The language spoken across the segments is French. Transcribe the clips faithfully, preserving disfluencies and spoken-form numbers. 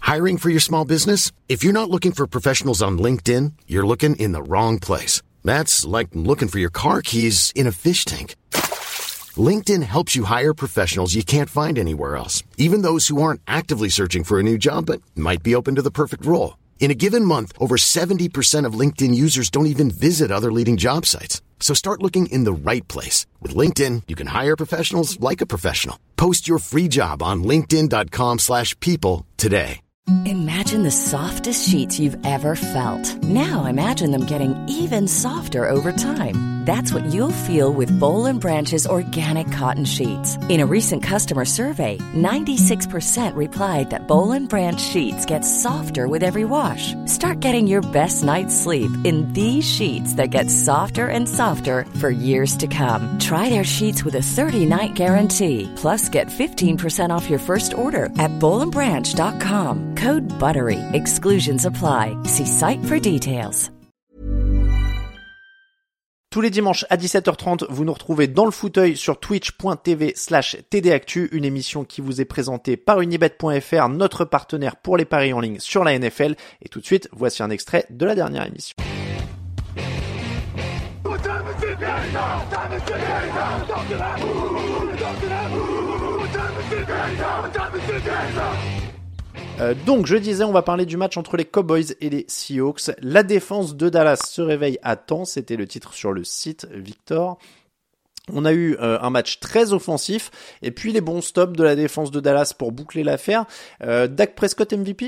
Hiring for your small business? If you're not looking for professionals on LinkedIn, you're looking in the wrong place. That's like looking for your car keys in a fish tank. LinkedIn helps you hire professionals you can't find anywhere else, even those who aren't actively searching for a new job but might be open to the perfect role. In a given month, over seventy percent of LinkedIn users don't even visit other leading job sites. So start looking in the right place. With LinkedIn, you can hire professionals like a professional. Post your free job on linkedin.com slash people today. Imagine the softest sheets you've ever felt. Now imagine them getting even softer over time. That's what you'll feel with Boll and Branch's organic cotton sheets. In a recent customer survey, ninety-six percent replied that Boll and Branch sheets get softer with every wash. Start getting your best night's sleep in these sheets that get softer and softer for years to come. Try their sheets with a thirty-night guarantee. Plus, get fifteen percent off your first order at boll and branch dot com. Code BUTTERY. Exclusions apply. See site for details. Tous les dimanches à dix-sept heures trente, vous nous retrouvez dans le fauteuil sur twitch.tv slash tdactu, une émission qui vous est présentée par unibet point f r, notre partenaire pour les paris en ligne sur la N F L. Et tout de suite, voici un extrait de la dernière émission. Euh, donc, je disais, on va parler du match entre les Cowboys et les Seahawks. La défense de Dallas se réveille à temps, c'était le titre sur le site, Victor. On a eu euh, un match très offensif, et puis les bons stops de la défense de Dallas pour boucler l'affaire. Euh, Dak Prescott M V P ?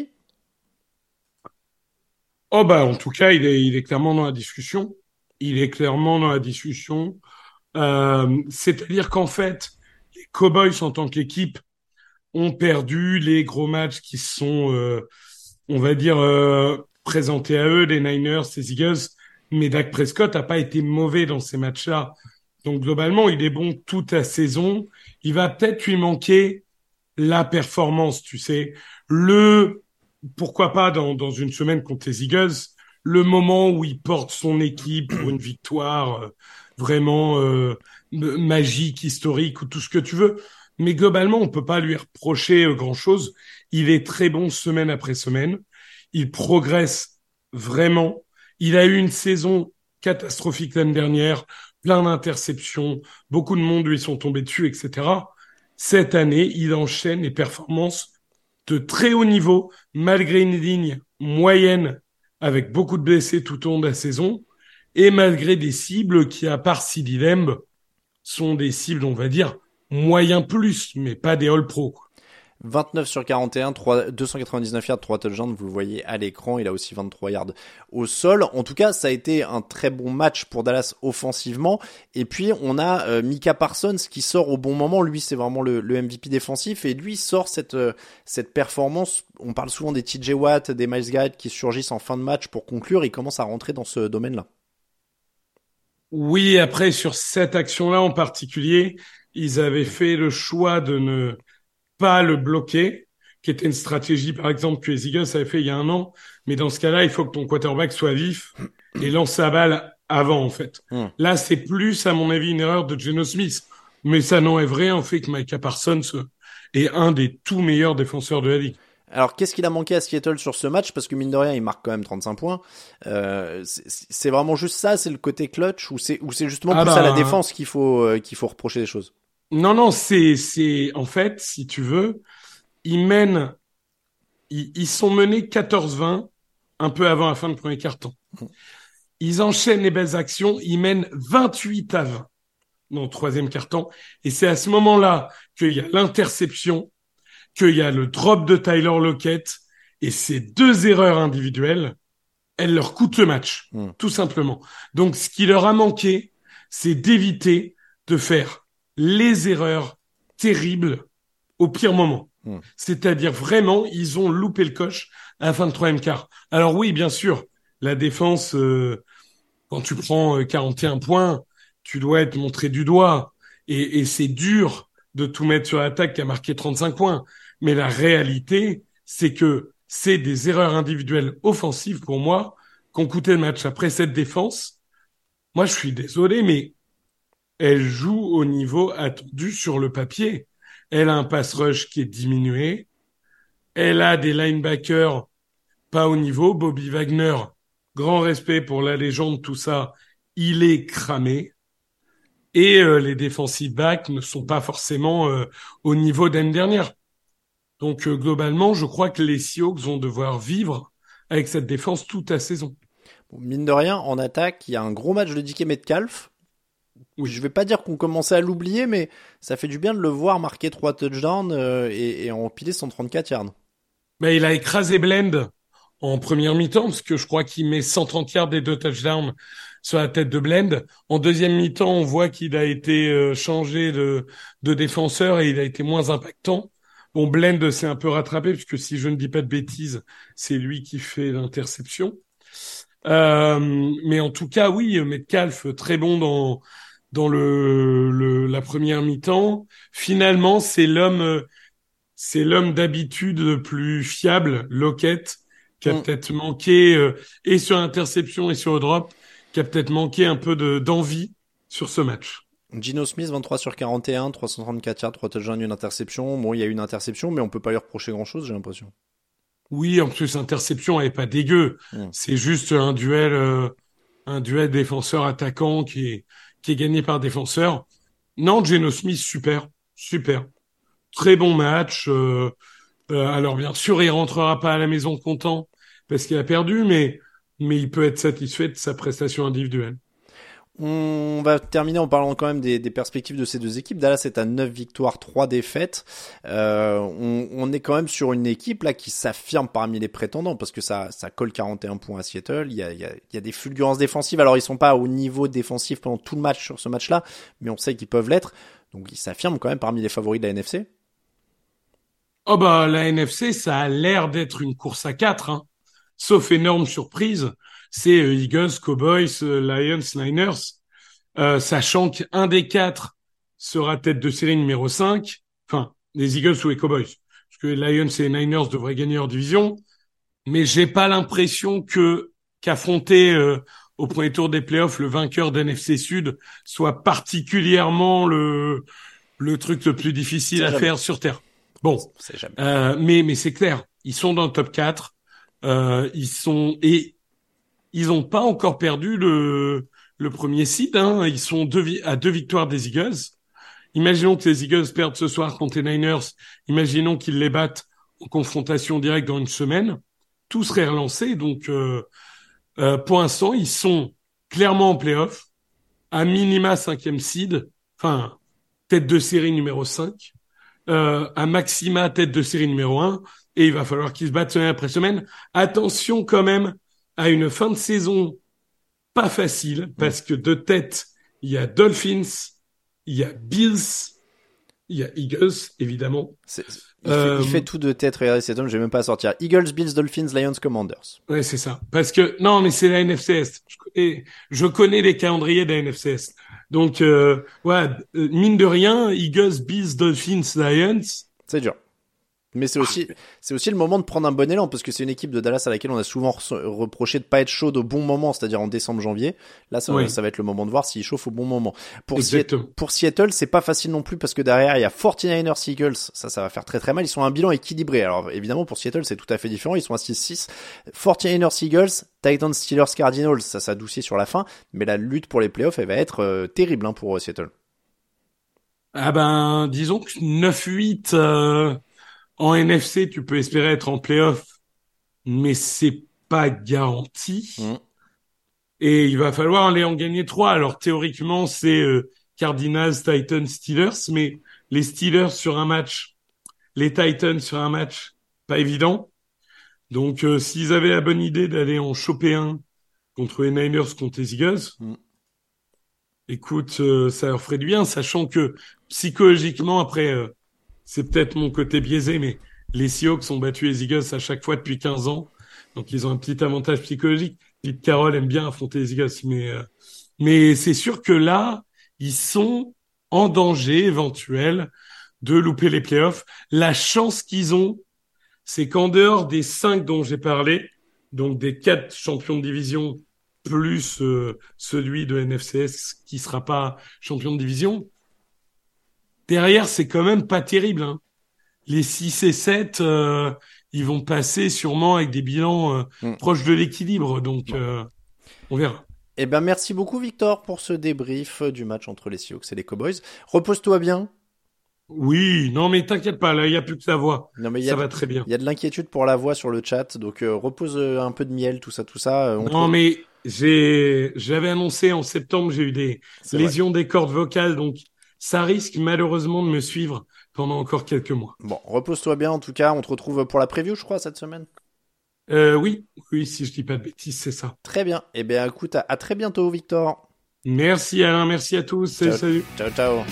Oh bah en tout cas, il est, il est clairement dans la discussion. Il est clairement dans la discussion. Euh, c'est-à-dire qu'en fait, les Cowboys en tant qu'équipe ont perdu les gros matchs qui sont, euh, on va dire, euh, présentés à eux, les Niners, les Eagles, mais Dak Prescott n'a pas été mauvais dans ces matchs-là. Donc globalement, il est bon toute la saison. Il va peut-être lui manquer la performance, tu sais. Le, pourquoi pas dans, dans une semaine contre les Eagles, le moment où il porte son équipe pour une victoire euh, vraiment euh, magique, historique ou tout ce que tu veux. Mais globalement, on peut pas lui reprocher euh, grand-chose. Il est très bon semaine après semaine. Il progresse vraiment. Il a eu une saison catastrophique l'année dernière, plein d'interceptions, beaucoup de monde lui sont tombés dessus, et cetera. Cette année, il enchaîne les performances de très haut niveau, malgré une ligne moyenne avec beaucoup de blessés tout au long de la saison, et malgré des cibles qui, à part CeeDee Lamb, sont des cibles, on va dire, moyen plus, mais pas des All-Pro. vingt-neuf sur quarante et un, deux cent quatre-vingt-dix-neuf yards, trois touchdowns, vous le voyez à l'écran, il a aussi vingt-trois yards au sol. En tout cas, ça a été un très bon match pour Dallas offensivement. Et puis, on a euh, Micah Parsons qui sort au bon moment. Lui, c'est vraiment le, le M V P défensif et lui sort cette, euh, cette performance. On parle souvent des T J Watt, des Myles Garrett qui surgissent en fin de match pour conclure. Il commence à rentrer dans ce domaine-là. Oui, après, sur cette action-là en particulier, ils avaient fait le choix de ne pas le bloquer, qui était une stratégie, par exemple, que les Eagles avaient fait il y a un an. Mais dans ce cas-là, il faut que ton quarterback soit vif et lance sa balle avant, en fait. Mm. Là, c'est plus, à mon avis, une erreur de Geno Smith. Mais ça n'enlève rien au fait que Micah Parsons est un des tout meilleurs défenseurs de la ligue. Alors, qu'est-ce qu'il a manqué à Seattle sur ce match ? Parce que mine de rien, il marque quand même trente-cinq points. Euh, c'est, c'est vraiment juste ça, c'est le côté clutch, ou c'est, ou c'est justement ah plus bah, à la défense qu'il faut, euh, qu'il faut reprocher des choses ? Non, non, c'est, c'est, en fait, si tu veux, ils mènent, ils, ils sont menés quatorze vingt, un peu avant la fin du premier quart-temps. Ils enchaînent les belles actions, ils mènent vingt-huit à vingt dans le troisième quart-temps. Et c'est à ce moment-là qu'il y a l'interception, qu'il y a le drop de Tyler Lockett, et ces deux erreurs individuelles, elles leur coûtent le match, mmh. tout simplement. Donc, ce qui leur a manqué, c'est d'éviter de faire les erreurs terribles au pire moment. Mmh. C'est-à-dire, vraiment, ils ont loupé le coche à la fin de troisième quart. Alors oui, bien sûr, la défense, euh, quand tu prends quarante et un points, tu dois être montré du doigt. Et, et c'est dur de tout mettre sur l'attaque qui a marqué trente-cinq points. Mais la réalité, c'est que c'est des erreurs individuelles offensives pour moi qui ont coûté le match. Après cette défense, moi je suis désolé, mais elle joue au niveau attendu sur le papier. Elle a un pass rush qui est diminué. Elle a des linebackers pas au niveau. Bobby Wagner, grand respect pour la légende, tout ça, il est cramé. Et euh, les defensive backs ne sont pas forcément euh, au niveau d'année dernière. Donc euh, globalement, je crois que les Seahawks vont devoir vivre avec cette défense toute la saison. Bon, mine de rien, en attaque, il y a un gros match de D K Metcalf. Oui. Je vais pas dire qu'on commençait à l'oublier, mais ça fait du bien de le voir marquer trois touchdowns euh, et, et empiler cent trente-quatre yards. Mais il a écrasé Blend en première mi-temps, parce que je crois qu'il met cent trente yards et deux touchdowns sur la tête de Blend. En deuxième mi-temps, on voit qu'il a été euh, changé de, de défenseur et il a été moins impactant. Bon, Blend s'est un peu rattrapé, puisque si je ne dis pas de bêtises, c'est lui qui fait l'interception. Euh, mais en tout cas, oui, Metcalf, très bon dans dans le, le la première mi-temps. Finalement, c'est l'homme c'est l'homme d'habitude le plus fiable, Lockett, qui a Mm. peut-être manqué euh, et sur l'interception et sur le drop, qui a peut-être manqué un peu de d'envie sur ce match. Gino Smith, vingt-trois sur quarante et un, trois cent trente-quatre yards, trois touchdowns, une interception. Bon, il y a eu une interception, mais on peut pas lui reprocher grand-chose, j'ai l'impression. Oui, en plus, interception, elle est pas dégueu. Mm. C'est juste un duel, euh, un duel défenseur-attaquant qui est, qui est gagné par défenseur. Non, Geno Smith, super, super. Très bon match. Euh, euh, alors, bien sûr, il rentrera pas à la maison content parce qu'il a perdu, mais, mais il peut être satisfait de sa prestation individuelle. On va terminer en parlant quand même des, des perspectives de ces deux équipes. Dallas est à neuf victoires, trois défaites. Euh, on, on est quand même sur une équipe là qui s'affirme parmi les prétendants parce que ça, ça colle quarante et un points à Seattle. Il y a, il y a, il y a des fulgurances défensives. Alors ils sont pas au niveau défensif pendant tout le match sur ce match-là, mais on sait qu'ils peuvent l'être. Donc ils s'affirment quand même parmi les favoris de la N F C. Oh bah, la N F C, ça a l'air d'être une course à quatre, hein. Sauf énorme surprise, c'est euh, Eagles, Cowboys, euh, Lions, Niners. Euh, sachant qu'un des quatre sera tête de série numéro cinq, enfin, les Eagles ou les Cowboys, parce que les Lions et les Niners devraient gagner leur division, mais j'ai pas l'impression que qu'affronter euh, au premier tour des playoffs le vainqueur d'N F C Sud soit particulièrement le le truc le plus difficile C'est à jamais. faire sur Terre. Bon, C'est jamais. euh, mais mais c'est clair, ils sont dans le top quatre, euh, ils sont et ils ont pas encore perdu le le premier seed, hein. Ils sont deux vi- à deux victoires des Eagles. Imaginons que les Eagles perdent ce soir contre les Niners. Imaginons qu'ils les battent en confrontation directe dans une semaine. Tout serait relancé. Donc, euh, euh, pour l'instant, ils sont clairement en playoff, à minima cinquième seed, enfin, tête de série numéro cinq, euh, à maxima tête de série numéro un, et il va falloir qu'ils se battent semaine après semaine. Attention quand même à une fin de saison pas facile, parce que de tête, il y a Dolphins, il y a Bills, il y a Eagles, évidemment. C'est, il, Euh, fait, il fait tout de tête. Regardez cet homme, je vais même pas à sortir. Eagles, Bills, Dolphins, Lions, Commanders. Ouais, c'est ça. Parce que, non, mais c'est la N F C Est. Je connais, je connais les calendriers de la N F C Est. Donc, euh, ouais, euh, mine de rien, Eagles, Bills, Dolphins, Lions. C'est dur. Mais c'est aussi, c'est aussi le moment de prendre un bon élan parce que c'est une équipe de Dallas à laquelle on a souvent re- reproché de pas être chaude au bon moment, c'est-à-dire en décembre, janvier. Là, ça, Oui. ça va être le moment de voir s'il chauffe au bon moment. Pour, Exactement. Seattle, pour Seattle, c'est pas facile non plus parce que derrière, il y a forty-niners Eagles. Ça, ça va faire très très mal. Ils sont à un bilan équilibré. Alors, évidemment, pour Seattle, c'est tout à fait différent. Ils sont à six six. forty-niners Eagles, Titans, Steelers, Cardinals. Ça s'adoucit sur la fin. Mais la lutte pour les playoffs, elle va être euh, terrible, hein, pour euh, Seattle. Ah ben, disons que neuf huit, euh, en N F C, tu peux espérer être en playoff, mais c'est pas garanti. Mmh. Et il va falloir aller en gagner trois. Alors théoriquement, c'est euh, Cardinals, Titans, Steelers, mais les Steelers sur un match, les Titans sur un match, pas évident. Donc euh, s'ils avaient la bonne idée d'aller en choper un contre les Niners, contre les Eagles, Mm. écoute, euh, ça leur ferait du bien, sachant que psychologiquement, après, euh, c'est peut-être mon côté biaisé, mais les Seahawks ont battu les Eagles à chaque fois depuis quinze ans. Donc, ils ont un petit avantage psychologique. Pete Carroll aime bien affronter les Eagles, mais, euh, mais c'est sûr que là, ils sont en danger éventuel de louper les playoffs. La chance qu'ils ont, c'est qu'en dehors des cinq dont j'ai parlé, donc des quatre champions de division plus euh, celui de N F C S qui sera pas champion de division, derrière, c'est quand même pas terrible, hein. Les six et sept, euh, ils vont passer sûrement avec des bilans euh, Mm. proches de l'équilibre. Donc, euh, on verra. Eh ben, merci beaucoup, Victor, pour ce débrief du match entre les Seahawks et les Cowboys. Repose-toi bien. Oui, non, mais t'inquiète pas, là, il n'y a plus que ta voix. Non, mais il y Ça a, va très bien. il y a de l'inquiétude pour la voix sur le chat, donc euh, repose euh, un peu de miel, tout ça, tout ça. euh, on Non, te- mais j'ai, j'avais annoncé en septembre, j'ai eu des C'est vrai. lésions des cordes vocales, donc ça risque malheureusement de me suivre pendant encore quelques mois. Bon, repose-toi bien, en tout cas. On te retrouve pour la preview, je crois, cette semaine. Euh, oui, oui, si je dis pas de bêtises, c'est ça. Très bien. Eh bien, écoute, à, à très bientôt, Victor. Merci Alain, merci à tous, Ciao. salut. Ciao, ciao.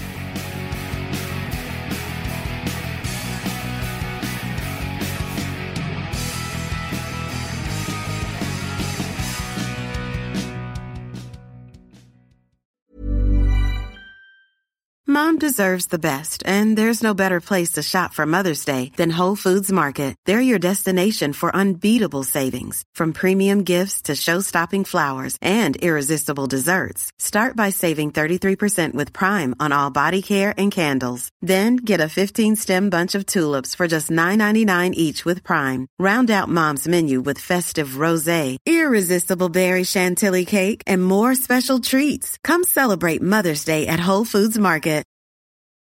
Mom deserves the best, and there's no better place to shop for Mother's Day than Whole Foods Market. They're your destination for unbeatable savings, from premium gifts to show-stopping flowers and irresistible desserts. Start by saving thirty-three percent with Prime on all body care and candles. Then get a fifteen-stem bunch of tulips for just nine ninety-nine each with Prime. Round out Mom's menu with festive rosé, irresistible berry chantilly cake, and more special treats. Come celebrate Mother's Day at Whole Foods Market.